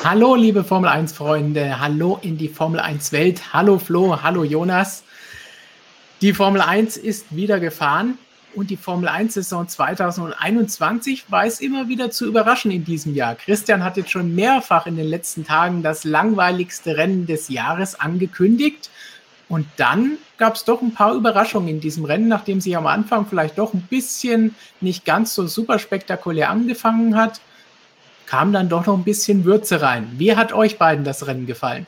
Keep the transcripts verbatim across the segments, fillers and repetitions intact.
Hallo liebe Formel eins Freunde, hallo in die Formel eins Welt, hallo Flo, hallo Jonas. Die Formel eins ist wieder gefahren und die Formel eins Saison zwanzig einundzwanzig weiß immer wieder zu überraschen in diesem Jahr. Christian hat jetzt schon mehrfach in den letzten Tagen das langweiligste Rennen des Jahres angekündigt und dann gab es doch ein paar Überraschungen in diesem Rennen, nachdem sich am Anfang vielleicht doch ein bisschen nicht ganz so super spektakulär angefangen hat, kam dann doch noch ein bisschen Würze rein. Wie hat euch beiden das Rennen gefallen?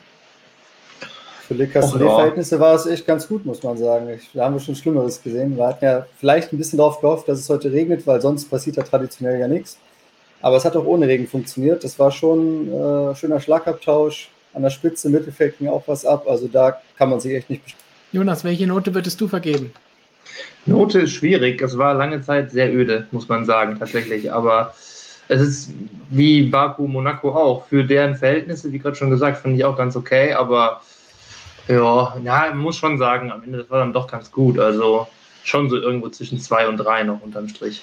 Für Le Castellet-Verhältnisse war es echt ganz gut, muss man sagen. Ich, da haben wir schon Schlimmeres gesehen. Wir hatten ja vielleicht ein bisschen darauf gehofft, dass es heute regnet, weil sonst passiert ja traditionell ja nichts. Aber es hat auch ohne Regen funktioniert. Das war schon ein äh, schöner Schlagabtausch. An der Spitze, im Mittelfeld ging auch was ab. Also da kann man sich echt nicht beschweren. Jonas, welche Note würdest du vergeben? Note ist schwierig. Es war lange Zeit sehr öde, muss man sagen, tatsächlich. Aber es ist wie Baku, Monaco auch. Für deren Verhältnisse, wie gerade schon gesagt, fand ich auch ganz okay. Aber ja, ja, man muss schon sagen, am Ende das war dann doch ganz gut. Also schon so irgendwo zwischen zwei und drei noch unterm Strich.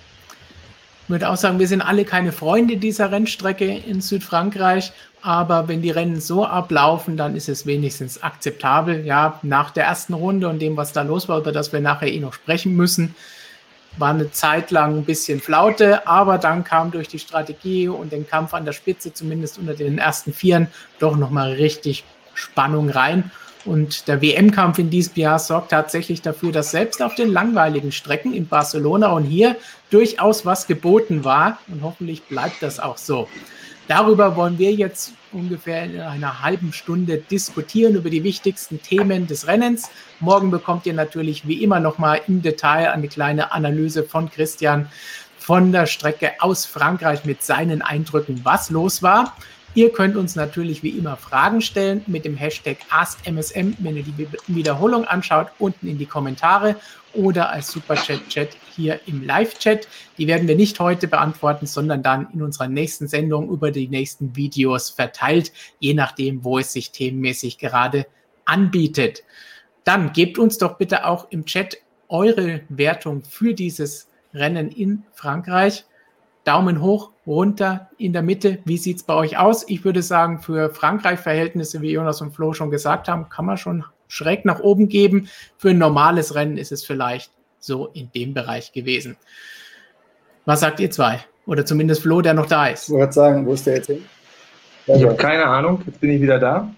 Ich würde auch sagen, wir sind alle keine Freunde dieser Rennstrecke in Südfrankreich, aber wenn die Rennen so ablaufen, dann ist es wenigstens akzeptabel. Ja, nach der ersten Runde und dem, was da los war, über das wir nachher eh noch sprechen müssen, war eine Zeit lang ein bisschen Flaute, aber dann kam durch die Strategie und den Kampf an der Spitze, zumindest unter den ersten Vieren, doch nochmal richtig Spannung rein. Und der W M-Kampf in diesem Jahr sorgt tatsächlich dafür, dass selbst auf den langweiligen Strecken in Barcelona und hier durchaus was geboten war. Und hoffentlich bleibt das auch so. Darüber wollen wir jetzt ungefähr in einer halben Stunde diskutieren, über die wichtigsten Themen des Rennens. Morgen bekommt ihr natürlich wie immer nochmal im Detail eine kleine Analyse von Christian von der Strecke aus Frankreich mit seinen Eindrücken, was los war. Ihr könnt uns natürlich wie immer Fragen stellen mit dem Hashtag AskMSM, wenn ihr die Wiederholung anschaut, unten in die Kommentare oder als Superchat-Chat hier im Live-Chat. Die werden wir nicht heute beantworten, sondern dann in unserer nächsten Sendung über die nächsten Videos verteilt, je nachdem, wo es sich themenmäßig gerade anbietet. Dann gebt uns doch bitte auch im Chat eure Wertung für dieses Rennen in Frankreich. Daumen hoch, runter, in der Mitte. Wie sieht es bei euch aus? Ich würde sagen, für Frankreich-Verhältnisse, wie Jonas und Flo schon gesagt haben, kann man schon schräg nach oben geben. Für ein normales Rennen ist es vielleicht so in dem Bereich gewesen. Was sagt ihr zwei? Oder zumindest Flo, der noch da ist. Ich wollte sagen, wo ist der jetzt hin? Ich habe keine Ahnung, jetzt bin ich wieder da.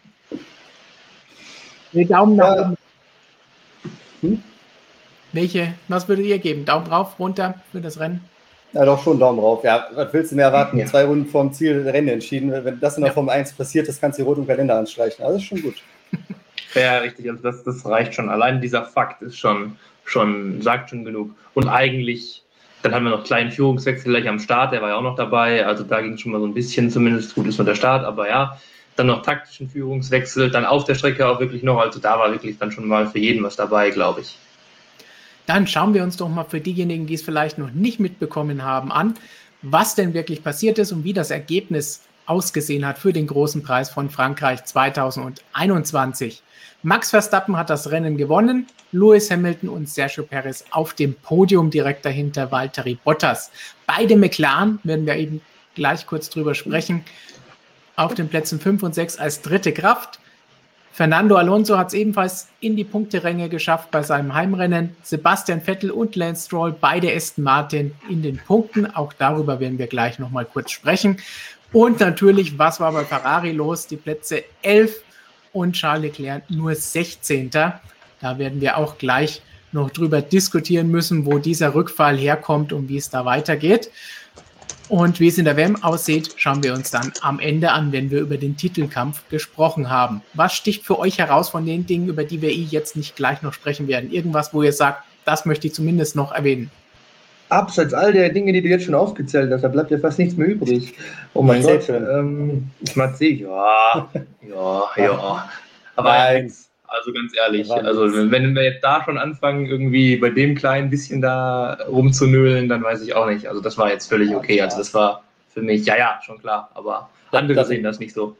Nee, Daumen nach Ja. oben. Hm? Welche, was würdet ihr geben? Daumen rauf, runter für das Rennen? Ja, doch schon Daumen rauf. Ja, was willst du mehr erwarten? Ja. Zwei Runden vorm Ziel Rennen entschieden. Wenn das in der Ja. Formel eins passiert, das kannst du rot im Kalender anstreichen. Also ist schon gut. Ja, richtig, also das, das reicht schon. Allein dieser Fakt ist schon, schon, sagt schon genug. Und eigentlich, dann haben wir noch einen kleinen Führungswechsel gleich am Start, der war ja auch noch dabei. Also da ging es schon mal so ein bisschen, zumindest gut ist nur der Start, aber ja. Dann noch taktischen Führungswechsel, dann auf der Strecke auch wirklich noch. Also da war wirklich dann schon mal für jeden was dabei, glaube ich. Dann schauen wir uns doch mal für diejenigen, die es vielleicht noch nicht mitbekommen haben, an, was denn wirklich passiert ist und wie das Ergebnis ausgesehen hat für den großen Preis von Frankreich zwanzig einundzwanzig. Max Verstappen hat das Rennen gewonnen, Lewis Hamilton und Sergio Perez auf dem Podium, direkt dahinter Valtteri Bottas. Beide McLaren, werden wir eben gleich kurz drüber sprechen, auf den Plätzen fünf und sechs als dritte Kraft. Fernando Alonso hat es ebenfalls in die Punkteränge geschafft bei seinem Heimrennen. Sebastian Vettel und Lance Stroll, beide Aston Martin in den Punkten. Auch darüber werden wir gleich nochmal kurz sprechen. Und natürlich, was war bei Ferrari los? Die Plätze elf und Charles Leclerc nur sechzehnter Da werden wir auch gleich noch drüber diskutieren müssen, wo dieser Rückfall herkommt und wie es da weitergeht. Und wie es in der W M aussieht, schauen wir uns dann am Ende an, wenn wir über den Titelkampf gesprochen haben. Was sticht für euch heraus von den Dingen, über die wir jetzt nicht gleich noch sprechen werden? Irgendwas, wo ihr sagt, das möchte ich zumindest noch erwähnen. Abseits all der Dinge, die du jetzt schon aufgezählt hast, da bleibt ja fast nichts mehr übrig. Oh mein Gott. Ähm, Matze, ja, ja, ja. Aber Nein. also ganz ehrlich, also wenn wir jetzt da schon anfangen, irgendwie bei dem kleinen bisschen da rumzunölen, dann weiß ich auch nicht. Also das war jetzt völlig okay. Also das war für mich, ja, ja, schon klar. Aber andere das, sehen das nicht so.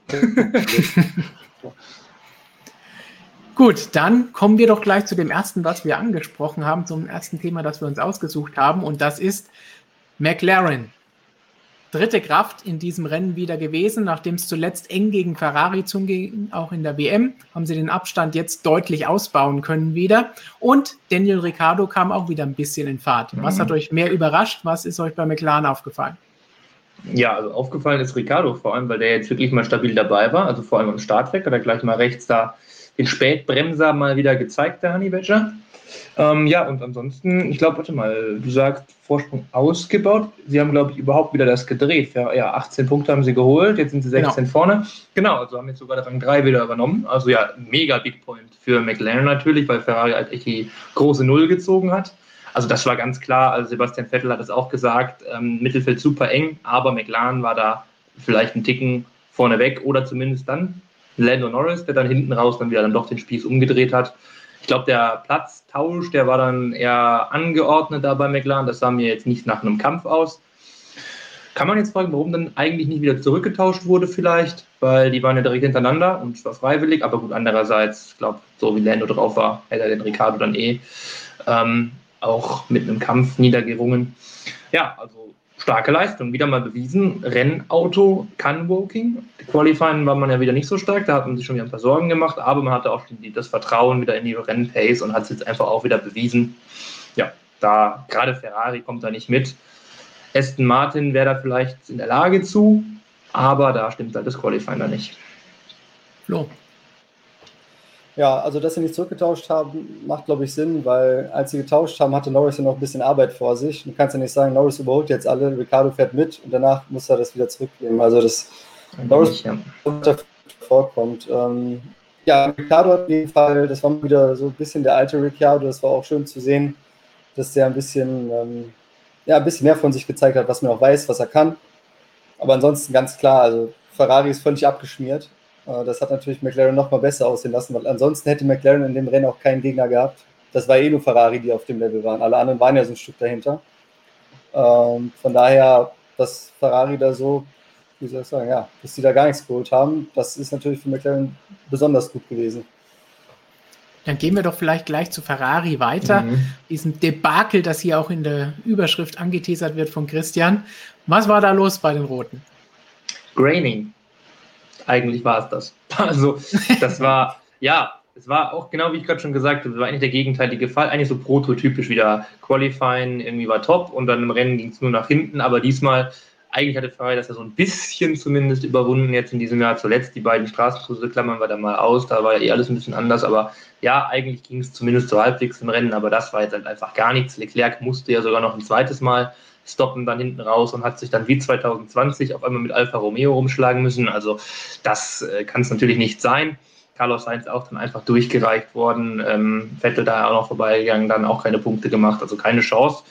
Gut, dann kommen wir doch gleich zu dem ersten, was wir angesprochen haben, zum ersten Thema, das wir uns ausgesucht haben. Und das ist McLaren. dritte Kraft in diesem Rennen wieder gewesen, nachdem es zuletzt eng gegen Ferrari zuging, auch in der W M, haben sie den Abstand jetzt deutlich ausbauen können wieder. Und Daniel Ricciardo kam auch wieder ein bisschen in Fahrt. Was hat euch mehr überrascht? Was ist euch bei McLaren aufgefallen? Ja, also aufgefallen ist Ricciardo vor allem, weil der jetzt wirklich mal stabil dabei war, also vor allem am Startweg, hat er gleich mal rechts da den Spätbremser mal wieder gezeigt, der Honey Badger. Ähm, ja, und ansonsten, ich glaube, warte mal, du sagst Vorsprung ausgebaut. Sie haben, glaube ich, überhaupt wieder das gedreht. Ja, ja, achtzehn Punkte haben sie geholt, jetzt sind sie sechzehn genau. vorne. Genau, also haben jetzt sogar das Rang drei wieder übernommen. Also ja, mega Big Point für McLaren natürlich, weil Ferrari halt echt die große Null gezogen hat. Also das war ganz klar, also Sebastian Vettel hat es auch gesagt, ähm, Mittelfeld super eng, aber McLaren war da vielleicht einen Ticken vorne weg oder zumindest dann Lando Norris, der dann hinten raus dann wieder dann doch den Spieß umgedreht hat. Ich glaube, der Platztausch, der war dann eher angeordnet da bei McLaren, das sah mir jetzt nicht nach einem Kampf aus. Kann man jetzt fragen, warum dann eigentlich nicht wieder zurückgetauscht wurde vielleicht, weil die waren ja direkt hintereinander und es war freiwillig, aber gut, andererseits, ich glaube, so wie Lando drauf war, hätte er den Ricciardo dann eh ähm, auch mit einem Kampf niedergerungen. Ja, also starke Leistung, wieder mal bewiesen. Rennauto kann Woking. Qualifying war man ja wieder nicht so stark, da hat man sich schon wieder ein paar Sorgen gemacht, aber man hatte auch das Vertrauen wieder in die Rennpace und hat es jetzt einfach auch wieder bewiesen. Ja, da gerade Ferrari kommt da nicht mit. Aston Martin wäre da vielleicht in der Lage zu, aber da stimmt halt das Qualifying da nicht. Flo. Ja, also dass sie nicht zurückgetauscht haben, macht, glaube ich, Sinn, weil als sie getauscht haben, hatte Norris ja noch ein bisschen Arbeit vor sich. Du kannst ja nicht sagen, Norris überholt jetzt alle, Ricciardo fährt mit und danach muss er das wieder zurückgeben. Also das Norris ja. vorkommt. Ähm, ja, Ricciardo hat auf jeden Fall, das war wieder so ein bisschen der alte Ricciardo, das war auch schön zu sehen, dass der ein bisschen, ähm, ja, ein bisschen mehr von sich gezeigt hat, was man auch weiß, was er kann. Aber ansonsten ganz klar, also Ferrari ist völlig abgeschmiert. Das hat natürlich McLaren noch mal besser aussehen lassen, weil ansonsten hätte McLaren in dem Rennen auch keinen Gegner gehabt. Das war eh nur Ferrari, die auf dem Level waren. Alle anderen waren ja so ein Stück dahinter. Ähm, von daher, dass Ferrari da so, wie soll ich sagen, ja, dass die da gar nichts geholt haben, das ist natürlich für McLaren besonders gut gewesen. Dann gehen wir doch vielleicht gleich zu Ferrari weiter. Mhm. Diesem Debakel, das hier auch in der Überschrift angeteasert wird von Christian. Was war da los bei den Roten? Graining. Eigentlich war es das. Also, das war, ja, es war auch genau wie ich gerade schon gesagt habe, das war eigentlich der gegenteilige Fall. Eigentlich so prototypisch wieder. Qualifying irgendwie war top und dann im Rennen ging es nur nach hinten. Aber diesmal, eigentlich hatte Ferrari das ja so ein bisschen zumindest überwunden jetzt in diesem Jahr. Zuletzt die beiden Straßenkurse klammern wir da mal aus. Da war ja eh alles ein bisschen anders. Aber ja, eigentlich ging es zumindest so halbwegs im Rennen. Aber das war jetzt halt einfach gar nichts. Leclerc musste ja sogar noch ein zweites Mal stoppen dann hinten raus und hat sich dann wie zwanzig zwanzig auf einmal mit Alfa Romeo rumschlagen müssen. Also das äh, kann es natürlich nicht sein. Carlos Sainz auch dann einfach durchgereicht worden. Ähm, Vettel da auch noch vorbeigegangen, dann auch keine Punkte gemacht, also keine Chance.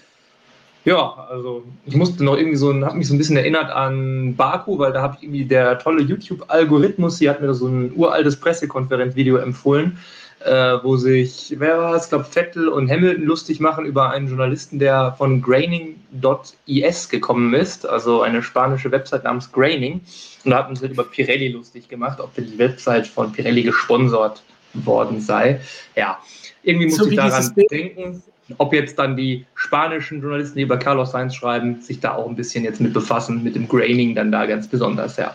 Ja, also ich musste noch irgendwie so, habe mich so ein bisschen erinnert an Baku, weil da habe ich irgendwie der tolle YouTube-Algorithmus, hier hat mir so ein uraltes Pressekonferenzvideo empfohlen, äh, wo sich, wer war es, ich glaube Vettel und Hamilton lustig machen über einen Journalisten, der von graining Punkt is gekommen ist, also eine spanische Website namens Graining. Und da hat man sich halt über Pirelli lustig gemacht, ob denn die Website von Pirelli gesponsert worden sei. Ja, irgendwie muss so ich daran denken, ob jetzt dann die spanischen Journalisten, die über Carlos Sainz schreiben, sich da auch ein bisschen jetzt mit befassen, mit dem Graining dann da ganz besonders, ja.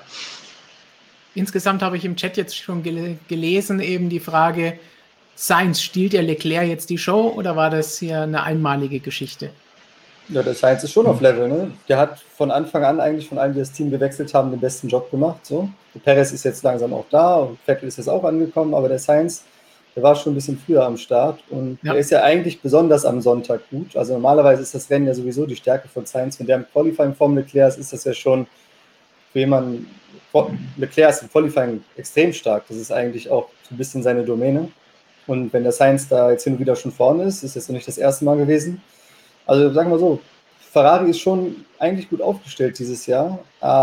Insgesamt habe ich im Chat jetzt schon gel- gelesen, eben die Frage, Sainz, stiehlt der Leclerc jetzt die Show oder war das hier eine einmalige Geschichte? Ja, der Sainz ist schon auf Level, ne? Der hat von Anfang an eigentlich von allen, die das Team gewechselt haben, den besten Job gemacht. So. Der Perez ist jetzt langsam auch da und Vettel ist jetzt auch angekommen, aber der Sainz, der war schon ein bisschen früher am Start und ja. Der ist ja eigentlich besonders am Sonntag gut. Also normalerweise ist das Rennen ja sowieso die Stärke von Sainz. Wenn der im Qualifying vom Leclerc ist, ist das ja schon für jemanden, Leclerc ist im Qualifying extrem stark. Das ist eigentlich auch so ein bisschen seine Domäne. Und wenn der Sainz da jetzt hin und wieder schon vorne ist, ist das noch nicht das erste Mal gewesen. Also sagen wir so, Ferrari ist schon eigentlich gut aufgestellt dieses Jahr,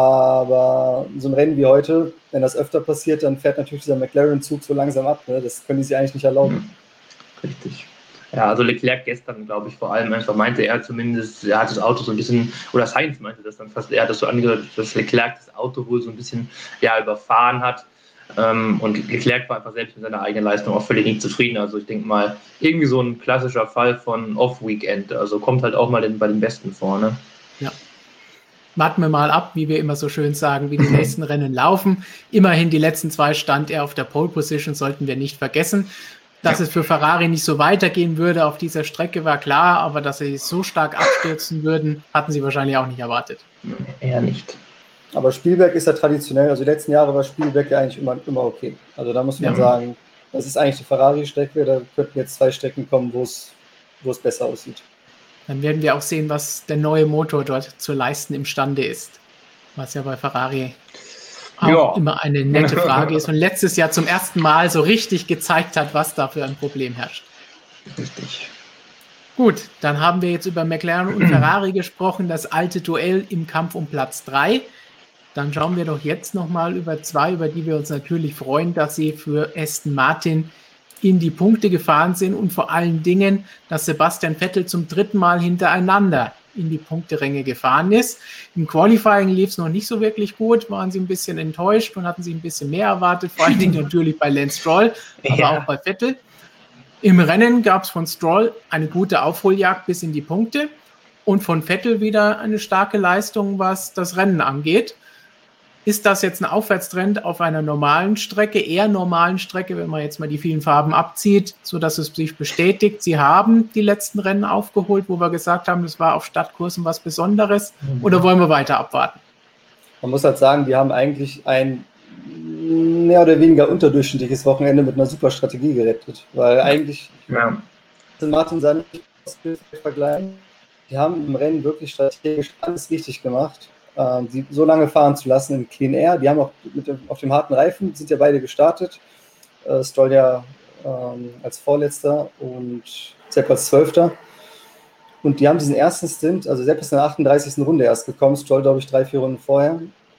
aber so ein Rennen wie heute, wenn das öfter passiert, dann fährt natürlich dieser McLaren-Zug so langsam ab. Ne? Das können die sich eigentlich nicht erlauben. Richtig. Ja, also Leclerc gestern, glaube ich, vor allem einfach meinte er zumindest, er hat das Auto so ein bisschen, oder Sainz meinte das dann fast, er hat das so angedeutet, dass Leclerc das Auto wohl so ein bisschen ja, überfahren hat. Ähm, und Leclerc war einfach selbst mit seiner eigenen Leistung auch völlig nicht zufrieden. Also ich denke mal, irgendwie so ein klassischer Fall von Off-Weekend. Also kommt halt auch mal in, bei den Besten vor, ne? Ja. warten wir mal ab, wie wir immer so schön sagen, wie die nächsten Rennen laufen. Immerhin die letzten zwei stand er auf der Pole Position, sollten wir nicht vergessen. Dass ja. es für Ferrari nicht so weitergehen würde auf dieser Strecke, war klar, aber dass sie so stark abstürzen würden, hatten sie wahrscheinlich auch nicht erwartet. Eher nicht. Aber Spielberg ist ja traditionell, also die letzten Jahre war Spielberg ja eigentlich immer, immer okay. Also da muss man ja. sagen, das ist eigentlich die Ferrari-Strecke, da könnten jetzt zwei Strecken kommen, wo es wo es besser aussieht. Dann werden wir auch sehen, was der neue Motor dort zu leisten imstande ist. Was ja bei Ferrari auch ja. immer eine nette Frage ist und letztes Jahr zum ersten Mal so richtig gezeigt hat, was da für ein Problem herrscht. Richtig. Gut, dann haben wir jetzt über McLaren und Ferrari gesprochen, das alte Duell im Kampf um Platz drei. Dann schauen wir doch jetzt nochmal über zwei, über die wir uns natürlich freuen, dass sie für Aston Martin in die Punkte gefahren sind und vor allen Dingen, dass Sebastian Vettel zum dritten Mal hintereinander in die Punkteränge gefahren ist. Im Qualifying lief es noch nicht so wirklich gut, waren sie ein bisschen enttäuscht und hatten sich ein bisschen mehr erwartet, vor allen Dingen natürlich bei Lance Stroll, aber ja. auch bei Vettel. Im Rennen gab es von Stroll eine gute Aufholjagd bis in die Punkte und von Vettel wieder eine starke Leistung, was das Rennen angeht. Ist das jetzt ein Aufwärtstrend auf einer normalen Strecke, eher normalen Strecke, wenn man jetzt mal die vielen Farben abzieht, sodass es sich bestätigt, sie haben die letzten Rennen aufgeholt, wo wir gesagt haben, das war auf Stadtkursen was Besonderes, mhm. oder wollen wir weiter abwarten? Man muss halt sagen, die haben eigentlich ein mehr oder weniger unterdurchschnittliches Wochenende mit einer super Strategie gerettet, weil eigentlich ja. Martin sah nicht aus dem Vergleich. Die haben im Rennen wirklich strategisch alles richtig gemacht. Sie so lange fahren zu lassen im Clean Air. Die haben auch mit dem, auf dem harten Reifen, sind ja beide gestartet. Äh, Stroll ja ähm, als Vorletzter und Sepp als Zwölfter. Und die haben diesen ersten Stint, also Sepp ist in der achtunddreißigsten Runde erst gekommen, Stroll glaube ich drei, vier Runden vorher.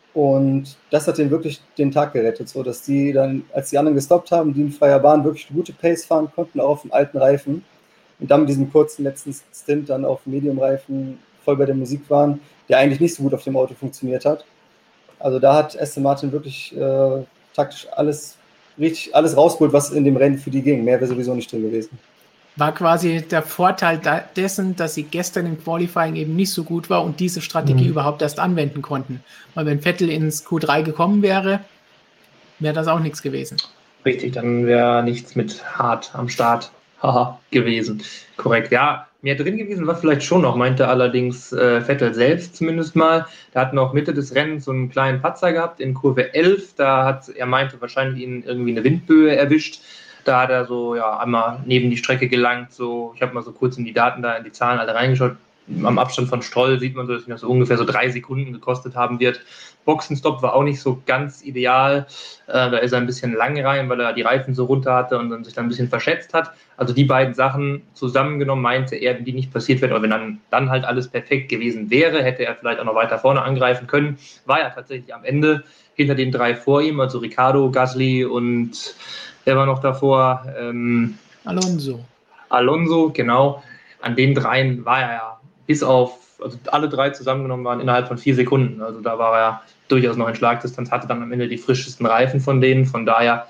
Und das hat denen wirklich den Tag gerettet, so dass die dann, als die anderen gestoppt haben, die in freier Bahn wirklich eine gute Pace fahren konnten, auch auf dem alten Reifen. Und dann mit diesem kurzen letzten Stint dann auf Medium-Reifen voll bei der Musik waren, der eigentlich nicht so gut auf dem Auto funktioniert hat. Also da hat Aston Martin wirklich äh, taktisch alles richtig alles rausgeholt, was in dem Rennen für die ging. Mehr wäre sowieso nicht drin gewesen. War quasi der Vorteil da, dessen, dass sie gestern im Qualifying eben nicht so gut war und diese Strategie mhm. überhaupt erst anwenden konnten. Weil wenn Vettel ins Q drei gekommen wäre, wäre das auch nichts gewesen. Richtig, dann wäre nichts mit hart am Start haha, gewesen. Korrekt, ja. Mehr drin gewesen war vielleicht schon noch, meinte allerdings äh, Vettel selbst zumindest mal. Der hat noch Mitte des Rennens so einen kleinen Patzer gehabt in Kurve elf. Da hat er meinte wahrscheinlich ihn irgendwie eine Windböe erwischt. Da hat er so ja einmal neben die Strecke gelangt. So, ich habe mal so kurz in die Daten da, in die Zahlen alle reingeschaut. Am Abstand von Stroll sieht man so, dass ihn das so ungefähr so drei Sekunden gekostet haben wird. Boxenstopp war auch nicht so ganz ideal. Äh, da ist er ein bisschen lang rein, weil er die Reifen so runter hatte und dann sich dann ein bisschen verschätzt hat. Also die beiden Sachen zusammengenommen meinte er, wenn die nicht passiert wären, oder wenn dann, dann halt alles perfekt gewesen wäre, hätte er vielleicht auch noch weiter vorne angreifen können. War ja tatsächlich am Ende hinter den drei vor ihm, also Ricciardo, Gasly und wer war noch davor? Ähm, Alonso. Alonso, genau. An den dreien war er ja bis auf, also alle drei zusammengenommen waren innerhalb von vier Sekunden. Also da war er durchaus noch in Schlagdistanz, hatte dann am Ende die frischesten Reifen von denen. Von daher,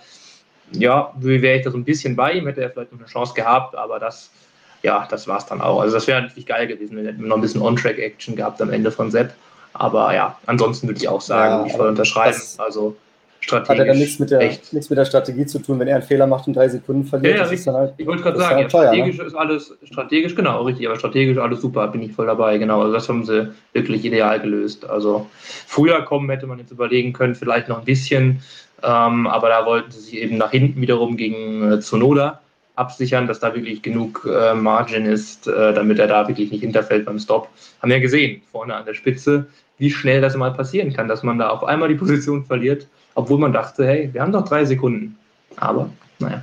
ja, wäre ich da so ein bisschen bei ihm, hätte er vielleicht noch eine Chance gehabt, aber das, ja, das war es dann auch. Also das wäre natürlich geil gewesen, wenn er noch ein bisschen On-Track-Action gehabt am Ende von Sepp. Aber ja, ansonsten würde ich auch sagen, ja, ich voll unterschreiben. Also strategisch. Hat er dann nichts mit, der, nichts mit der Strategie zu tun, wenn er einen Fehler macht und drei Sekunden verliert? Ja, ja, ist dann halt, ich wollte gerade sagen, ja, teuer, strategisch ne? ist alles, strategisch, genau, richtig, aber strategisch alles super, bin ich voll dabei, genau. Also das haben sie wirklich ideal gelöst. Also früher kommen hätte man jetzt überlegen können, vielleicht noch ein bisschen, ähm, aber da wollten sie sich eben nach hinten wiederum gegen äh, Tsunoda absichern, dass da wirklich genug äh, Margin ist, äh, damit er da wirklich nicht hinterfällt beim Stop. Haben wir ja gesehen, vorne an der Spitze, wie schnell das mal passieren kann, dass man da auf einmal die Position verliert, obwohl man dachte, hey, wir haben doch drei Sekunden. Aber, naja.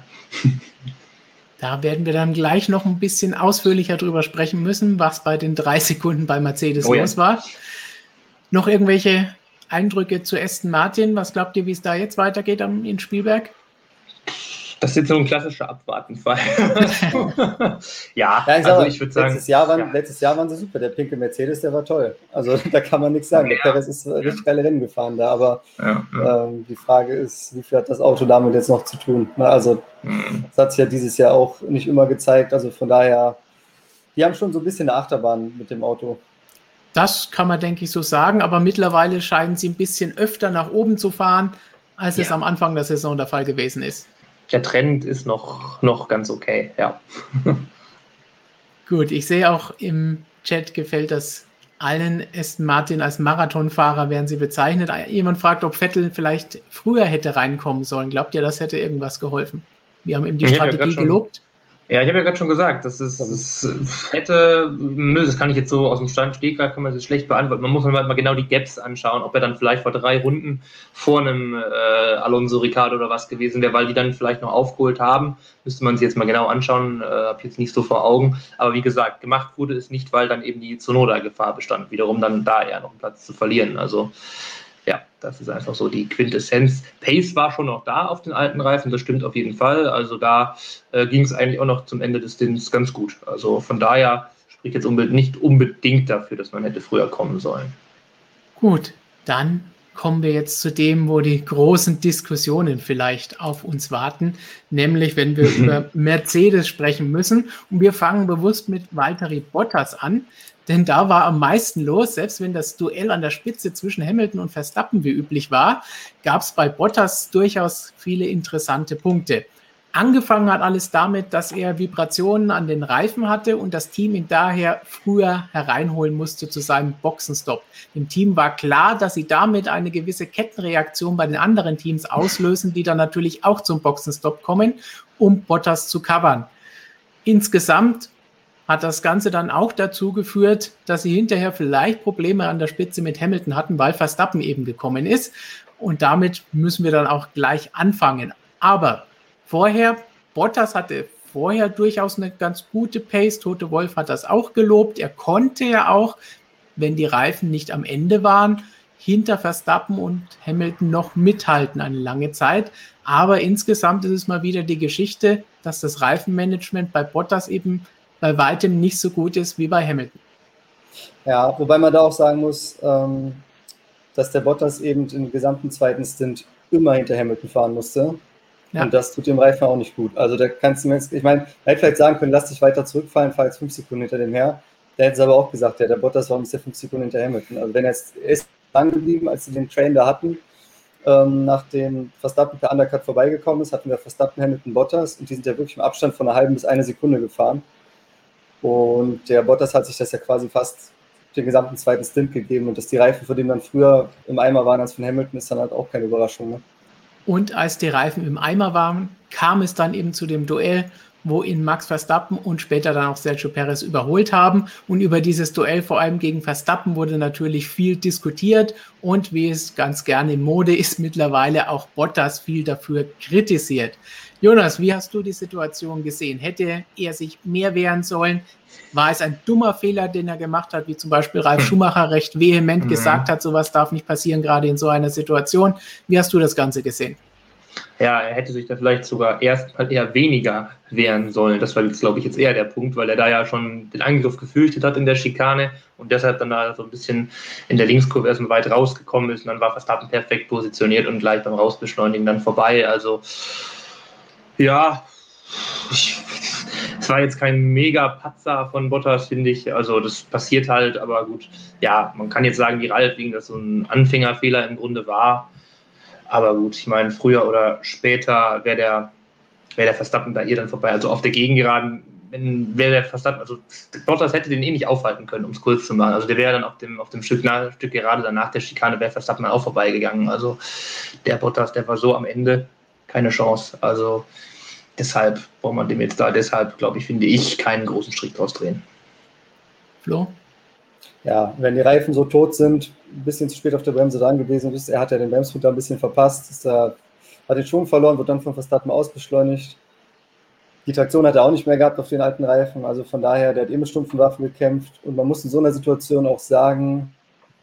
Da werden wir dann gleich noch ein bisschen ausführlicher drüber sprechen müssen, was bei den drei Sekunden bei Mercedes oh, los ja. war. Noch irgendwelche Eindrücke zu Aston Martin? Was glaubt ihr, wie es da jetzt weitergeht am, in Spielberg? Das ist jetzt so ein klassischer Abwartenfall. ja, ja, ich also aber, ich würde sagen... Letztes Jahr, waren, ja. letztes Jahr waren sie super. Der pinke Mercedes, der war toll. Also da kann man nichts sagen. Der ja. Perez ist richtig geile Rennen gefahren da. Aber ja, ja. Ähm, die Frage ist, wie viel hat das Auto damit jetzt noch zu tun? Also mhm. das hat sich ja dieses Jahr auch nicht immer gezeigt. Also von daher, die haben schon so ein bisschen eine Achterbahn mit dem Auto. Das kann man, denke ich, so sagen, aber mittlerweile scheinen sie ein bisschen öfter nach oben zu fahren, als ja. es am Anfang der Saison der Fall gewesen ist. Der Trend ist noch, noch ganz okay, ja. Gut, ich sehe auch im Chat gefällt das allen Aston Martin als Marathonfahrer, werden sie bezeichnet. Jemand fragt, ob Vettel vielleicht früher hätte reinkommen sollen. Glaubt ihr, das hätte irgendwas geholfen? Wir haben ihm die ich Strategie ja gelobt. Ja, ich habe ja gerade schon gesagt, das ist, das hätte, das kann ich jetzt so aus dem Stand Stegreif, kann man das schlecht beantworten. Man muss halt mal genau die Gaps anschauen, ob er dann vielleicht vor drei Runden vor einem äh, Alonso, Ricciardo oder was gewesen wäre, weil die dann vielleicht noch aufgeholt haben. Müsste man sich jetzt mal genau anschauen, äh, habe ich jetzt nicht so vor Augen. Aber wie gesagt, gemacht wurde es nicht, weil dann eben die Tsunoda-Gefahr bestand, wiederum dann da eher noch einen Platz zu verlieren. Also ja, das ist einfach so die Quintessenz. Pace war schon noch da auf den alten Reifen, das stimmt auf jeden Fall. Also da äh, ging es eigentlich auch noch zum Ende des Stints ganz gut. Also von daher spricht jetzt unbedingt, nicht unbedingt dafür, dass man hätte früher kommen sollen. Gut, dann kommen wir jetzt zu dem, wo die großen Diskussionen vielleicht auf uns warten, nämlich wenn wir über Mercedes sprechen müssen. Und wir fangen bewusst mit Valtteri Bottas an. Denn da war am meisten los, selbst wenn das Duell an der Spitze zwischen Hamilton und Verstappen wie üblich war, gab es bei Bottas durchaus viele interessante Punkte. Angefangen hat alles damit, dass er Vibrationen an den Reifen hatte und das Team ihn daher früher hereinholen musste zu seinem Boxenstopp. Dem Team war klar, dass sie damit eine gewisse Kettenreaktion bei den anderen Teams auslösen, die dann natürlich auch zum Boxenstopp kommen, um Bottas zu covern. Insgesamt hat das Ganze dann auch dazu geführt, dass sie hinterher vielleicht Probleme an der Spitze mit Hamilton hatten, weil Verstappen eben gekommen ist. Und damit müssen wir dann auch gleich anfangen. Aber vorher, Bottas hatte vorher durchaus eine ganz gute Pace. Toto Wolff hat das auch gelobt. Er konnte ja auch, wenn die Reifen nicht am Ende waren, hinter Verstappen und Hamilton noch mithalten eine lange Zeit. Aber insgesamt ist es mal wieder die Geschichte, dass das Reifenmanagement bei Bottas eben bei weitem nicht so gut ist wie bei Hamilton. Ja, wobei man da auch sagen muss, ähm, dass der Bottas eben im gesamten zweiten Stint immer hinter Hamilton fahren musste. Ja. Und das tut dem Reifen auch nicht gut. Also da kannst du mir jetzt, ich meine, er hätte vielleicht sagen können, lass dich weiter zurückfallen, fahr jetzt fünf Sekunden hinter dem her. Der hätte es aber auch gesagt, ja, der Bottas, warum ist der fünf Sekunden hinter Hamilton? Also wenn er jetzt, er ist dran geblieben, als sie den Train da hatten, ähm, nachdem Verstappen per Undercut vorbeigekommen ist, hatten wir Verstappen, Hamilton, Bottas und die sind ja wirklich im Abstand von einer halben bis eine Sekunde gefahren. Und der Bottas hat sich das ja quasi fast den gesamten zweiten Stint gegeben. Und dass die Reifen von dem dann früher im Eimer waren als von Hamilton, ist dann halt auch keine Überraschung. Ne? Und als die Reifen im Eimer waren, kam es dann eben zu dem Duell, wo ihn Max Verstappen und später dann auch Sergio Perez überholt haben. Und über dieses Duell, vor allem gegen Verstappen, wurde natürlich viel diskutiert. Und wie es ganz gerne in Mode ist, mittlerweile auch Bottas viel dafür kritisiert. Jonas, wie hast du die Situation gesehen? Hätte er sich mehr wehren sollen? War es ein dummer Fehler, den er gemacht hat, wie zum Beispiel Ralf Schumacher recht vehement mhm. gesagt hat, sowas darf nicht passieren, gerade in so einer Situation. Wie hast du das Ganze gesehen? Ja, er hätte sich da vielleicht sogar erst mal eher weniger wehren sollen. Das war jetzt, glaube ich, jetzt eher der Punkt, weil er da ja schon den Angriff gefürchtet hat in der Schikane und deshalb dann da so ein bisschen in der Linkskurve erstmal weit rausgekommen ist und dann war Verstappen perfekt positioniert und gleich beim Rausbeschleunigen dann vorbei. Also ja, ich, es war jetzt kein Mega-Patzer von Bottas, finde ich. Also das passiert halt, aber gut. Ja, man kann jetzt sagen, wie Ralf wegen das so ein Anfängerfehler im Grunde war. Aber gut, ich meine, früher oder später wäre der, wär der Verstappen bei ihr dann vorbei. Also auf der Gegengeraden, wenn wäre der Verstappen, also Bottas hätte den eh nicht aufhalten können, um es kurz zu machen. Also der wäre dann auf dem, auf dem Stück, nach, Stück gerade danach der Schikane, wäre Verstappen auch vorbeigegangen. Also der Bottas, der war so am Ende, keine Chance. Also deshalb braucht man dem jetzt da, deshalb, glaube ich, finde ich, keinen großen Strick draus drehen. Flo? Ja, wenn die Reifen so tot sind, ein bisschen zu spät auf der Bremse dran gewesen ist, er hat ja den Bremsfund da ein bisschen verpasst, ist da, hat den Schwung verloren, wird dann von Verstappen ausbeschleunigt. Die Traktion hat er auch nicht mehr gehabt auf den alten Reifen, also von daher, der hat eh mit stumpfen Waffen gekämpft und man muss in so einer Situation auch sagen,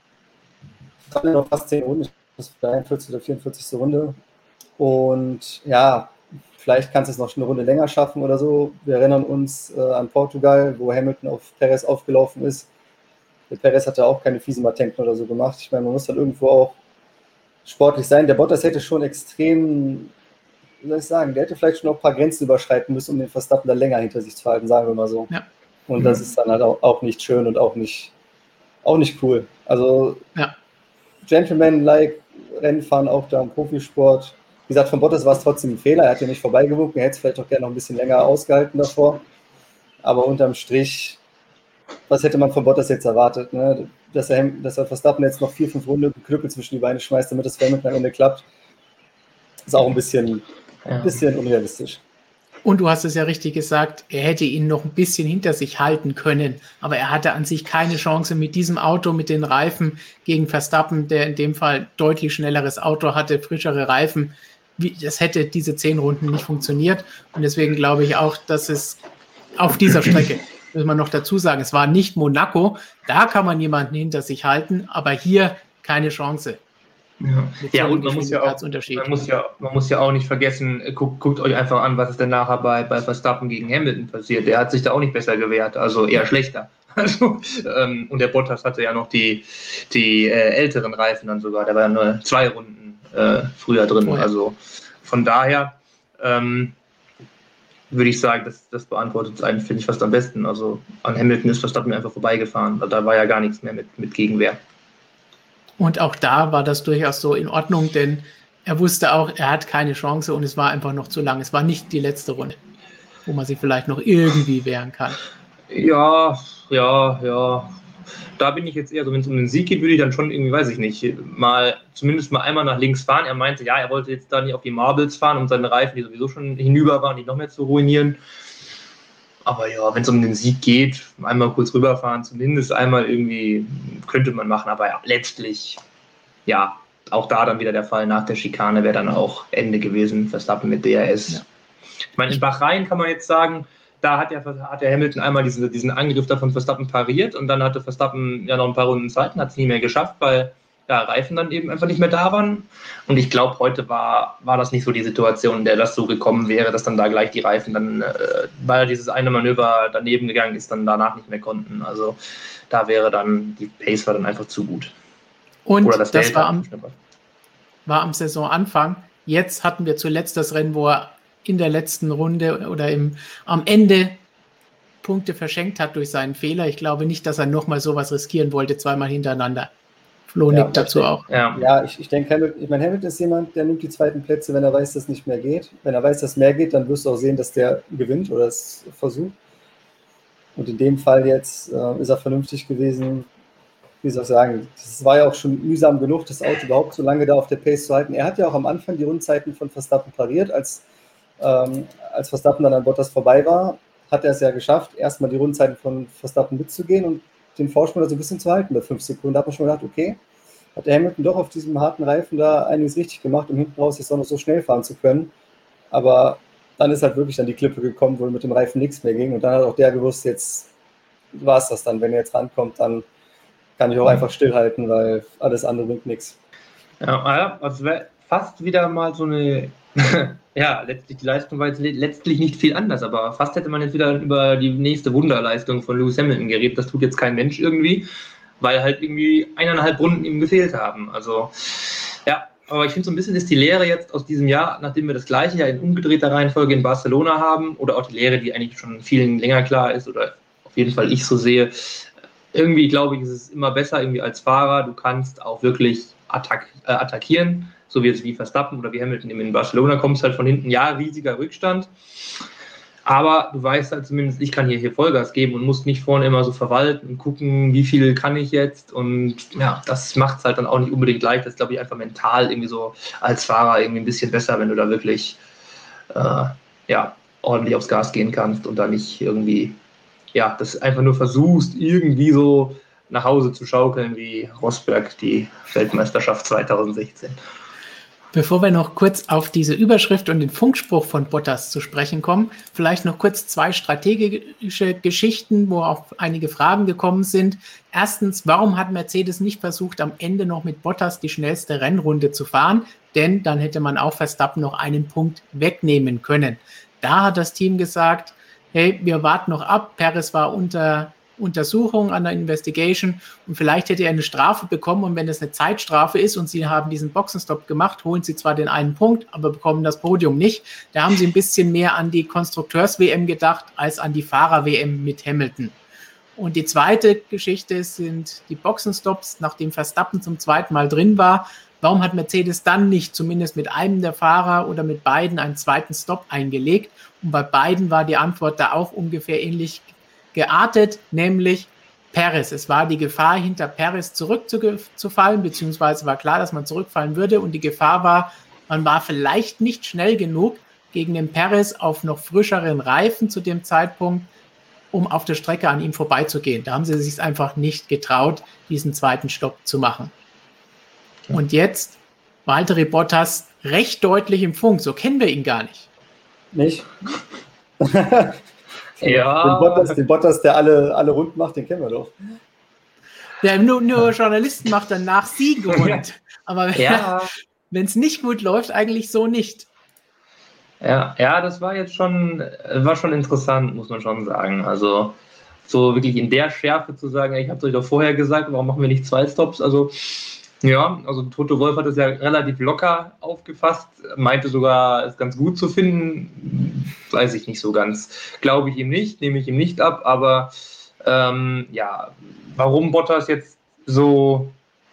es waren noch fast zehn Runden, das ist dreiundvierzigste oder vierundvierzigste Runde und ja, vielleicht kannst du es noch eine Runde länger schaffen oder so. Wir erinnern uns äh, an Portugal, wo Hamilton auf Perez aufgelaufen ist. Der Perez hat ja auch keine fiesen Matenken oder so gemacht. Ich meine, man muss dann irgendwo auch sportlich sein. Der Bottas hätte schon extrem, wie soll ich sagen, der hätte vielleicht schon noch ein paar Grenzen überschreiten müssen, um den Verstappen da länger hinter sich zu halten, sagen wir mal so. Ja. Und das ist dann halt auch, auch nicht schön und auch nicht, auch nicht cool. Also ja. Gentleman-like Rennen fahren auch da im Profisport. Wie gesagt, von Bottas war es trotzdem ein Fehler. Er hat ja nicht vorbeigewunken. Er hätte es vielleicht auch gerne noch ein bisschen länger ausgehalten davor. Aber unterm Strich, was hätte man von Bottas jetzt erwartet? Ne? Dass, er, dass er Verstappen jetzt noch vier, fünf Runden Knüppel zwischen die Beine schmeißt, damit das Hamilton am Ende klappt, ist auch ein bisschen, ja. ein bisschen unrealistisch. Und du hast es ja richtig gesagt, er hätte ihn noch ein bisschen hinter sich halten können, aber er hatte an sich keine Chance mit diesem Auto, mit den Reifen gegen Verstappen, der in dem Fall deutlich schnelleres Auto hatte, frischere Reifen. Das hätte diese zehn Runden nicht funktioniert und deswegen glaube ich auch, dass es auf dieser Strecke, muss man noch dazu sagen, es war nicht Monaco, da kann man jemanden hinter sich halten, aber hier keine Chance. Ja, ja und man muss ja, auch, man, muss ja, man muss ja auch nicht vergessen, guckt, guckt euch einfach an, was ist denn nachher bei, bei Verstappen gegen Hamilton passiert. Der hat sich da auch nicht besser gewehrt, also eher schlechter. Also, ähm, und der Bottas hatte ja noch die, die äh, älteren Reifen dann sogar, der war ja nur zwei Runden äh, früher drin. Oh ja. Also von daher ähm, würde ich sagen, das, das beantwortet es eigentlich, finde ich, fast am besten. Also an Hamilton ist Verstappen einfach vorbeigefahren, weil da war ja gar nichts mehr mit, mit Gegenwehr. Und auch da war das durchaus so in Ordnung, denn er wusste auch, er hat keine Chance und es war einfach noch zu lang. Es war nicht die letzte Runde, wo man sich vielleicht noch irgendwie wehren kann. Ja, ja, ja. Da bin ich jetzt eher so, wenn es um den Sieg geht, würde ich dann schon irgendwie, weiß ich nicht, mal zumindest mal einmal nach links fahren. Er meinte, ja, er wollte jetzt da nicht auf die Marbles fahren, um seine Reifen, die sowieso schon hinüber waren, nicht noch mehr zu ruinieren. Aber ja, wenn es um den Sieg geht, einmal kurz rüberfahren, zumindest einmal irgendwie könnte man machen. Aber ja, letztlich, ja, auch da dann wieder der Fall nach der Schikane wäre dann auch Ende gewesen, Verstappen mit D R S. Ja. Ich meine, in Bahrain kann man jetzt sagen, da hat der, hat der Hamilton einmal diesen, diesen Angriff da von Verstappen pariert und dann hatte Verstappen ja noch ein paar Runden Zeit und hat es nie mehr geschafft, weil ja, Reifen dann eben einfach nicht mehr da waren. Und ich glaube, heute war, war das nicht so die Situation, in der das so gekommen wäre, dass dann da gleich die Reifen dann, äh, weil dieses eine Manöver daneben gegangen ist, dann danach nicht mehr konnten. Also da wäre dann, die Pace war dann einfach zu gut. Und Oder das, das war, am, war am Saisonanfang. Jetzt hatten wir zuletzt das Rennen, wo er in der letzten Runde oder im, am Ende Punkte verschenkt hat durch seinen Fehler. Ich glaube nicht, dass er nochmal sowas riskieren wollte, zweimal hintereinander. Flo nickt ja, dazu auch. Ja, ja ich, ich denke, Hamilton, ich meine, Hamilton ist jemand, der nimmt die zweiten Plätze, wenn er weiß, dass es nicht mehr geht. Wenn er weiß, dass mehr geht, dann wirst du auch sehen, dass der gewinnt oder es versucht. Und in dem Fall jetzt äh, ist er vernünftig gewesen. Wie soll ich sagen, es war ja auch schon mühsam genug, das Auto überhaupt so lange da auf der Pace zu halten. Er hat ja auch am Anfang die Rundzeiten von Verstappen pariert, als, ähm, als Verstappen dann an Bottas vorbei war, hat er es ja geschafft, erstmal die Rundzeiten von Verstappen mitzugehen und den Vorsprung also ein bisschen zu halten bei fünf Sekunden. Da hat man schon gedacht, okay, hat der Hamilton doch auf diesem harten Reifen da einiges richtig gemacht, um hinten raus jetzt auch noch so schnell fahren zu können. Aber dann ist halt wirklich dann die Klippe gekommen, wo mit dem Reifen nichts mehr ging. Und dann hat auch der gewusst, jetzt war es das dann. Wenn er jetzt rankommt, dann kann ich auch einfach stillhalten, weil alles andere bringt nichts. Ja, also wäre fast wieder mal so eine... Ja, letztlich die Leistung war jetzt letztlich nicht viel anders, aber fast hätte man jetzt wieder über die nächste Wunderleistung von Lewis Hamilton geredet. Das tut jetzt kein Mensch irgendwie, weil halt irgendwie eineinhalb Runden ihm gefehlt haben. Also ja, aber ich finde so ein bisschen ist die Lehre jetzt aus diesem Jahr, nachdem wir das gleiche ja in umgedrehter Reihenfolge in Barcelona haben, oder auch die Lehre, die eigentlich schon vielen länger klar ist, oder auf jeden Fall ich so sehe, irgendwie glaube ich, ist es immer besser irgendwie als Fahrer, du kannst auch wirklich attack, äh, attackieren, so wie jetzt wie Verstappen oder wie Hamilton in Barcelona, kommst halt von hinten, ja, riesiger Rückstand, aber du weißt halt zumindest, ich kann hier, hier Vollgas geben und musst nicht vorne immer so verwalten und gucken, wie viel kann ich jetzt, und ja, das macht es halt dann auch nicht unbedingt leicht, das ist, glaube ich, einfach mental irgendwie so als Fahrer irgendwie ein bisschen besser, wenn du da wirklich äh, ja, ordentlich aufs Gas gehen kannst und da nicht irgendwie, ja, das einfach nur versuchst, irgendwie so nach Hause zu schaukeln wie Rosberg die Weltmeisterschaft zweitausendsechzehn. Bevor wir noch kurz auf diese Überschrift und den Funkspruch von Bottas zu sprechen kommen, vielleicht noch kurz zwei strategische Geschichten, wo auch einige Fragen gekommen sind. Erstens, warum hat Mercedes nicht versucht, am Ende noch mit Bottas die schnellste Rennrunde zu fahren? Denn dann hätte man auch Verstappen noch einen Punkt wegnehmen können. Da hat das Team gesagt, hey, wir warten noch ab. Perez war unter Untersuchung, an der Investigation, und vielleicht hätte er eine Strafe bekommen, und wenn es eine Zeitstrafe ist und sie haben diesen Boxenstopp gemacht, holen sie zwar den einen Punkt, aber bekommen das Podium nicht. Da haben sie ein bisschen mehr an die Konstrukteurs-W M gedacht als an die Fahrer-W M mit Hamilton. Und die zweite Geschichte sind die Boxenstops, nachdem Verstappen zum zweiten Mal drin war. Warum hat Mercedes dann nicht zumindest mit einem der Fahrer oder mit beiden einen zweiten Stop eingelegt? Und bei beiden war die Antwort da auch ungefähr ähnlich geartet, nämlich Perez. Es war die Gefahr, hinter Perez zurückzufallen, beziehungsweise war klar, dass man zurückfallen würde. Und die Gefahr war, man war vielleicht nicht schnell genug gegen den Perez auf noch frischeren Reifen zu dem Zeitpunkt, um auf der Strecke an ihm vorbeizugehen. Da haben sie sich einfach nicht getraut, diesen zweiten Stopp zu machen. Ja. Und jetzt Valtteri Bottas recht deutlich im Funk. So kennen wir ihn gar nicht. Nicht? Ja. Den Bottas, den Bottas, der alle, alle rund macht, den kennen wir doch. Der nur, nur Journalisten macht dann nach Siegen rund. Aber ja. wenn es nicht gut läuft, eigentlich so nicht. Ja, ja, das war jetzt schon, war schon interessant, muss man schon sagen. Also so wirklich in der Schärfe zu sagen, ich habe es euch doch vorher gesagt, warum machen wir nicht zwei Stops? Also ja, also Toto Wolff hat es ja relativ locker aufgefasst, meinte sogar, es ganz gut zu finden. Weiß ich nicht so ganz. Glaube ich ihm nicht, nehme ich ihm nicht ab. Aber ähm, ja, warum Bottas jetzt so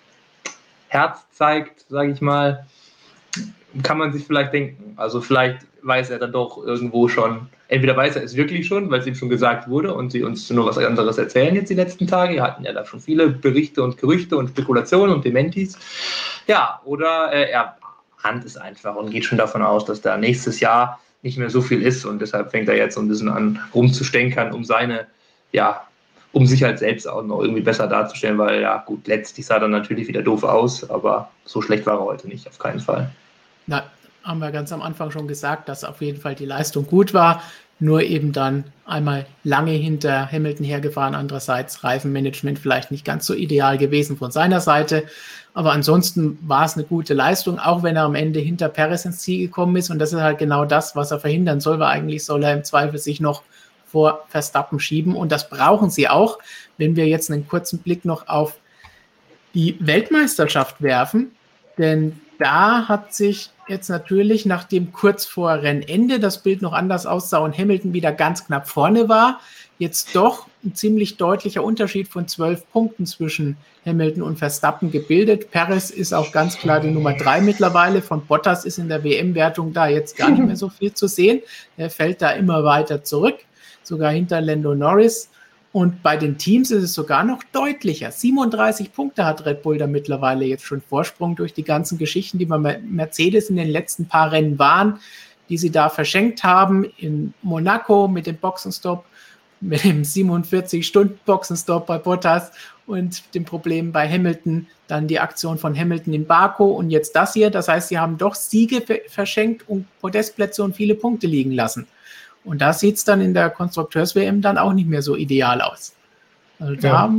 Herz zeigt, sage ich mal, kann man sich vielleicht denken. Also vielleicht weiß er dann doch irgendwo schon, entweder weiß er es wirklich schon, weil es ihm schon gesagt wurde und sie uns nur was anderes erzählen jetzt die letzten Tage. Wir hatten ja da schon viele Berichte und Gerüchte und Spekulationen und Dementis. Ja, oder äh, er ahnt es einfach und geht schon davon aus, dass da nächstes Jahr nicht mehr so viel ist und deshalb fängt er jetzt so ein bisschen an rumzustänkern, um seine, ja, um sich halt selbst auch noch irgendwie besser darzustellen, weil ja gut, letztlich sah er natürlich wieder doof aus, aber so schlecht war er heute nicht, auf keinen Fall. Na, haben wir ganz am Anfang schon gesagt, dass auf jeden Fall die Leistung gut war, nur eben dann einmal lange hinter Hamilton hergefahren, andererseits Reifenmanagement vielleicht nicht ganz so ideal gewesen von seiner Seite, aber ansonsten war es eine gute Leistung, auch wenn er am Ende hinter Perez ins Ziel gekommen ist und das ist halt genau das, was er verhindern soll, weil eigentlich soll er im Zweifel sich noch vor Verstappen schieben und das brauchen sie auch, wenn wir jetzt einen kurzen Blick noch auf die Weltmeisterschaft werfen, denn da hat sich jetzt natürlich, nachdem kurz vor Rennende das Bild noch anders aussah und Hamilton wieder ganz knapp vorne war, jetzt doch ein ziemlich deutlicher Unterschied von zwölf Punkten zwischen Hamilton und Verstappen gebildet. Perez ist auch ganz klar die Nummer drei mittlerweile. Von Bottas ist in der W M-Wertung da jetzt gar nicht mehr so viel zu sehen. Er fällt da immer weiter zurück, sogar hinter Lando Norris. Und bei den Teams ist es sogar noch deutlicher. siebenunddreißig Punkte hat Red Bull da mittlerweile jetzt schon Vorsprung durch die ganzen Geschichten, die bei Mercedes in den letzten paar Rennen waren, die sie da verschenkt haben. In Monaco mit dem Boxenstopp, mit dem siebenundvierzig-Stunden-Boxenstopp bei Bottas und dem Problem bei Hamilton, dann die Aktion von Hamilton in Baku und jetzt das hier. Das heißt, sie haben doch Siege verschenkt und Podestplätze und viele Punkte liegen lassen. Und da sieht es dann in der Konstrukteurs-W M dann auch nicht mehr so ideal aus. Also da ja.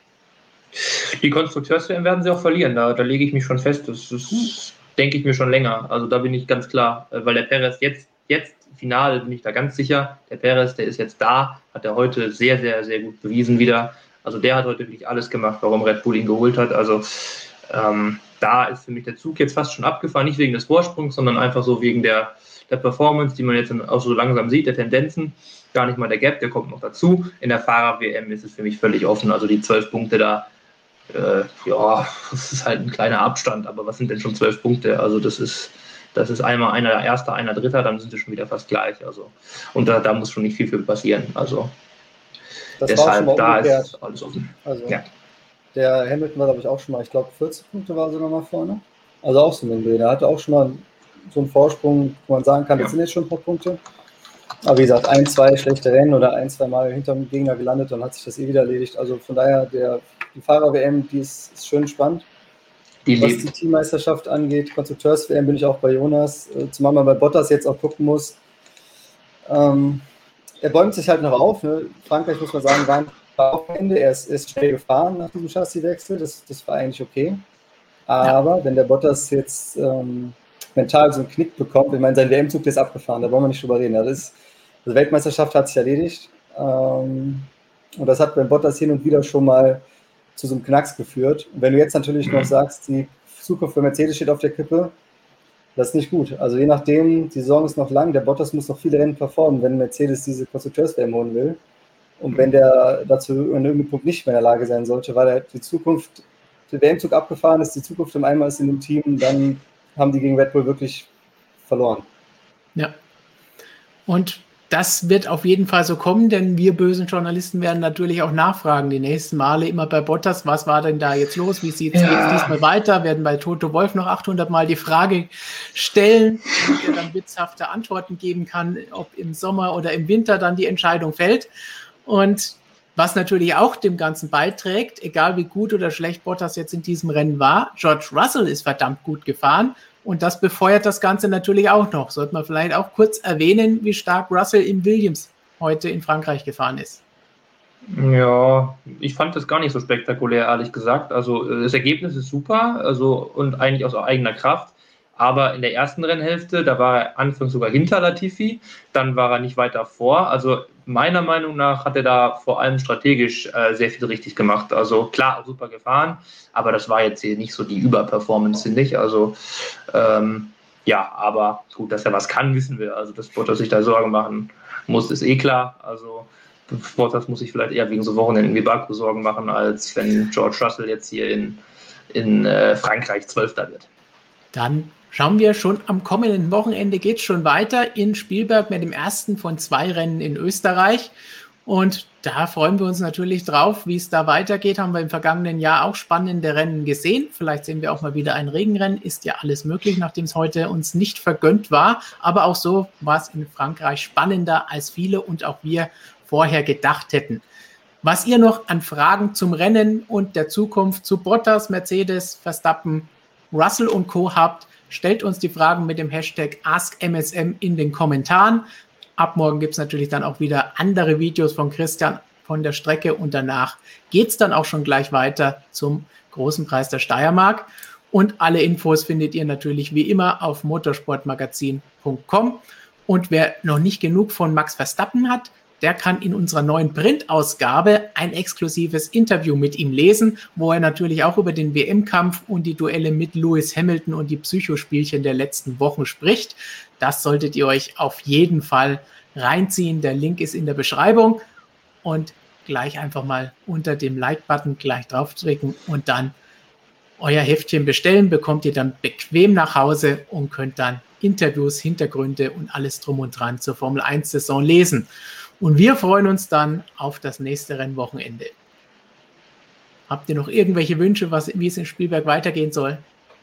Die Konstrukteurs-W M werden sie auch verlieren, da, da lege ich mich schon fest. Das, das hm. denke ich mir schon länger. Also da bin ich ganz klar, weil der Perez jetzt, jetzt final bin ich da ganz sicher. Der Perez, der ist jetzt da, hat er heute sehr, sehr, sehr gut bewiesen wieder. Also der hat heute wirklich alles gemacht, warum Red Bull ihn geholt hat. Also ähm, da ist für mich der Zug jetzt fast schon abgefahren, nicht wegen des Vorsprungs, sondern einfach so wegen der der Performance, die man jetzt auch so langsam sieht, der Tendenzen, gar nicht mal der Gap, der kommt noch dazu. In der Fahrer-W M ist es für mich völlig offen, also die zwölf Punkte da, äh, ja, das ist halt ein kleiner Abstand, aber was sind denn schon zwölf Punkte? Also das ist, das ist einmal einer Erster, einer Dritter, dann sind sie schon wieder fast gleich, also und da, da muss schon nicht viel für passieren, also das deshalb, war da umgekehrt. Ist alles offen. Also ja. Der Hamilton war, glaube ich, auch schon mal, ich glaube vierzig Punkte war sogar mal vorne, also auch so ein Bild, der hatte auch schon mal so ein Vorsprung, wo man sagen kann, das ja. sind jetzt schon ein paar Punkte. Aber wie gesagt, ein, zwei schlechte Rennen oder ein, zwei Mal hinter dem Gegner gelandet, dann hat sich das eh wieder erledigt. Also von daher, der, die Fahrer-W M, die ist, ist schön spannend. Die Was lebt. Die Teammeisterschaft angeht, Konstrukteurs-W M bin ich auch bei Jonas, zumal man bei Bottas jetzt auch gucken muss. Ähm, er bäumt sich halt noch auf. Ne? Frankreich, muss man sagen, war ein Ende. Er ist, ist schnell gefahren nach diesem Chassiswechsel, das, das war eigentlich okay. Aber ja. wenn der Bottas jetzt ähm, mental so einen Knick bekommt, ich meine, sein W M-Zug ist abgefahren, da wollen wir nicht drüber reden. Das ist, die Weltmeisterschaft hat sich erledigt ähm, und das hat bei Bottas hin und wieder schon mal zu so einem Knacks geführt. Und wenn du jetzt natürlich noch sagst, die Zukunft für Mercedes steht auf der Kippe, das ist nicht gut. Also je nachdem, die Saison ist noch lang, der Bottas muss noch viele Rennen performen, wenn Mercedes diese Konstrukteurs-W M holen will. Und wenn der dazu an irgendeinem Punkt nicht mehr in der Lage sein sollte, weil er die Zukunft, der W M-Zug abgefahren ist, die Zukunft im Eimer ist in dem Team, dann haben die gegen Red Bull wirklich verloren. Ja. Und das wird auf jeden Fall so kommen, denn wir bösen Journalisten werden natürlich auch nachfragen, die nächsten Male immer bei Bottas, was war denn da jetzt los, wie sieht es ja. diesmal weiter, werden bei Toto Wolff noch achthundert Mal die Frage stellen, der dann witzhafte Antworten geben kann, ob im Sommer oder im Winter dann die Entscheidung fällt. Und was natürlich auch dem Ganzen beiträgt, egal wie gut oder schlecht Bottas jetzt in diesem Rennen war, George Russell ist verdammt gut gefahren. Und das befeuert das Ganze natürlich auch noch. Sollte man vielleicht auch kurz erwähnen, wie stark Russell im Williams heute in Frankreich gefahren ist. Ja, ich fand das gar nicht so spektakulär, ehrlich gesagt. Also das Ergebnis ist super, also und eigentlich aus eigener Kraft. Aber in der ersten Rennhälfte, da war er anfangs sogar hinter Latifi, dann war er nicht weiter vor. Also meiner Meinung nach hat er da vor allem strategisch äh, sehr viel richtig gemacht. Also klar, super gefahren, aber das war jetzt hier nicht so die Überperformance, finde ich. Also ähm, ja, aber gut, dass er was kann, wissen wir. Also dass Bottas sich da Sorgen machen muss, ist eh klar. Also Bottas muss sich vielleicht eher wegen so Wochenenden wie Baku Sorgen machen, als wenn George Russell jetzt hier in, in äh, Frankreich Zwölfter wird. Dann schauen wir schon am kommenden Wochenende, geht es schon weiter in Spielberg mit dem ersten von zwei Rennen in Österreich. Und da freuen wir uns natürlich drauf, wie es da weitergeht. Haben wir im vergangenen Jahr auch spannende Rennen gesehen. Vielleicht sehen wir auch mal wieder ein Regenrennen. Ist ja alles möglich, nachdem es heute uns nicht vergönnt war. Aber auch so war es in Frankreich spannender, als viele und auch wir vorher gedacht hätten. Was ihr noch an Fragen zum Rennen und der Zukunft zu Bottas, Mercedes, Verstappen, Russell und Co. habt, stellt uns die Fragen mit dem Hashtag Ask M S M in den Kommentaren. Ab morgen gibt es natürlich dann auch wieder andere Videos von Christian von der Strecke und danach geht es dann auch schon gleich weiter zum Großen Preis der Steiermark. Und alle Infos findet ihr natürlich wie immer auf motorsportmagazin punkt com. Und wer noch nicht genug von Max Verstappen hat, der kann in unserer neuen Printausgabe ein exklusives Interview mit ihm lesen, wo er natürlich auch über den W M-Kampf und die Duelle mit Lewis Hamilton und die Psychospielchen der letzten Wochen spricht. Das solltet ihr euch auf jeden Fall reinziehen. Der Link ist in der Beschreibung und gleich einfach mal unter dem Like-Button gleich draufdrücken und dann euer Heftchen bestellen, bekommt ihr dann bequem nach Hause und könnt dann Interviews, Hintergründe und alles drum und dran zur Formel eins Saison lesen. Und wir freuen uns dann auf das nächste Rennwochenende. Habt ihr noch irgendwelche Wünsche, was, wie es in Spielberg weitergehen soll?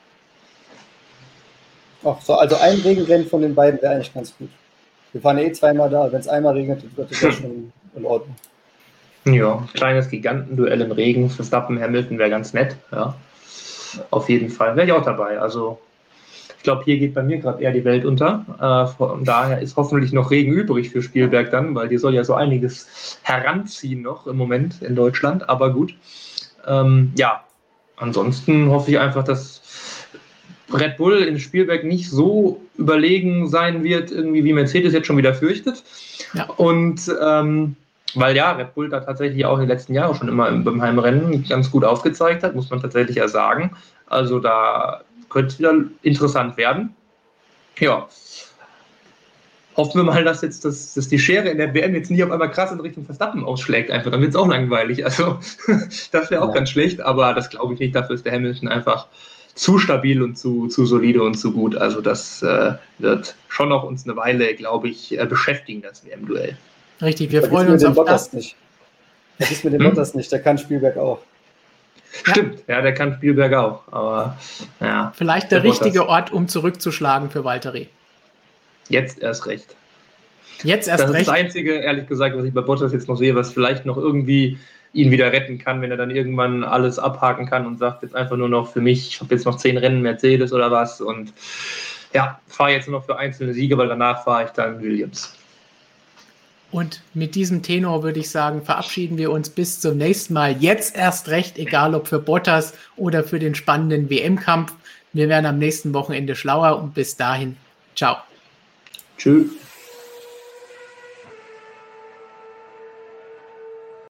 Ach so, also ein Regenrennen von den beiden wäre eigentlich ganz gut. Wir fahren eh zweimal da, wenn es einmal regnet, wird das ja schon in Ordnung. Ja, kleines Gigantenduell im Regen, Verstappen, Hamilton wäre ganz nett. Ja, auf jeden Fall wäre ich auch dabei. Also ich glaube, hier geht bei mir gerade eher die Welt unter. Äh, von daher ist hoffentlich noch Regen übrig für Spielberg dann, weil die soll ja so einiges heranziehen noch im Moment in Deutschland. Aber gut. Ähm, ja, ansonsten hoffe ich einfach, dass Red Bull in Spielberg nicht so überlegen sein wird, irgendwie wie Mercedes jetzt schon wieder fürchtet. Ja. Und ähm, weil ja, Red Bull da tatsächlich auch in den letzten Jahren schon immer beim Heimrennen ganz gut aufgezeigt hat, muss man tatsächlich ja sagen. Also da könnte es wieder interessant werden. Ja. Hoffen wir mal, dass jetzt das, dass die Schere in der W M jetzt nicht auf einmal krass in Richtung Verstappen ausschlägt. Einfach, dann wird es auch langweilig. Also das wäre auch ja. ganz schlecht, aber das glaube ich nicht. Dafür ist der Hamilton einfach zu stabil und zu, zu solide und zu gut. Also das äh, wird schon noch uns eine Weile, glaube ich, äh, beschäftigen, das W M-Duell. Richtig, wir freuen uns auf Bottas das. Nicht. Das ist mit dem hm? Bottas nicht, der kann Spielberg auch. Stimmt, ja, ja der kann Spielberg auch. Aber ja. Vielleicht der, der richtige Bottas. Ort, um zurückzuschlagen für Valtteri. Jetzt erst recht. Jetzt erst das recht. ist das Einzige, ehrlich gesagt, was ich bei Bottas jetzt noch sehe, was vielleicht noch irgendwie ihn wieder retten kann, wenn er dann irgendwann alles abhaken kann und sagt jetzt einfach nur noch für mich, ich habe jetzt noch zehn Rennen Mercedes oder was und ja, fahre jetzt nur noch für einzelne Siege, weil danach fahre ich dann Williams. Und mit diesem Tenor würde ich sagen, verabschieden wir uns bis zum nächsten Mal. Jetzt erst recht, egal ob für Bottas oder für den spannenden W M-Kampf. Wir werden am nächsten Wochenende schlauer und bis dahin, ciao. Tschüss.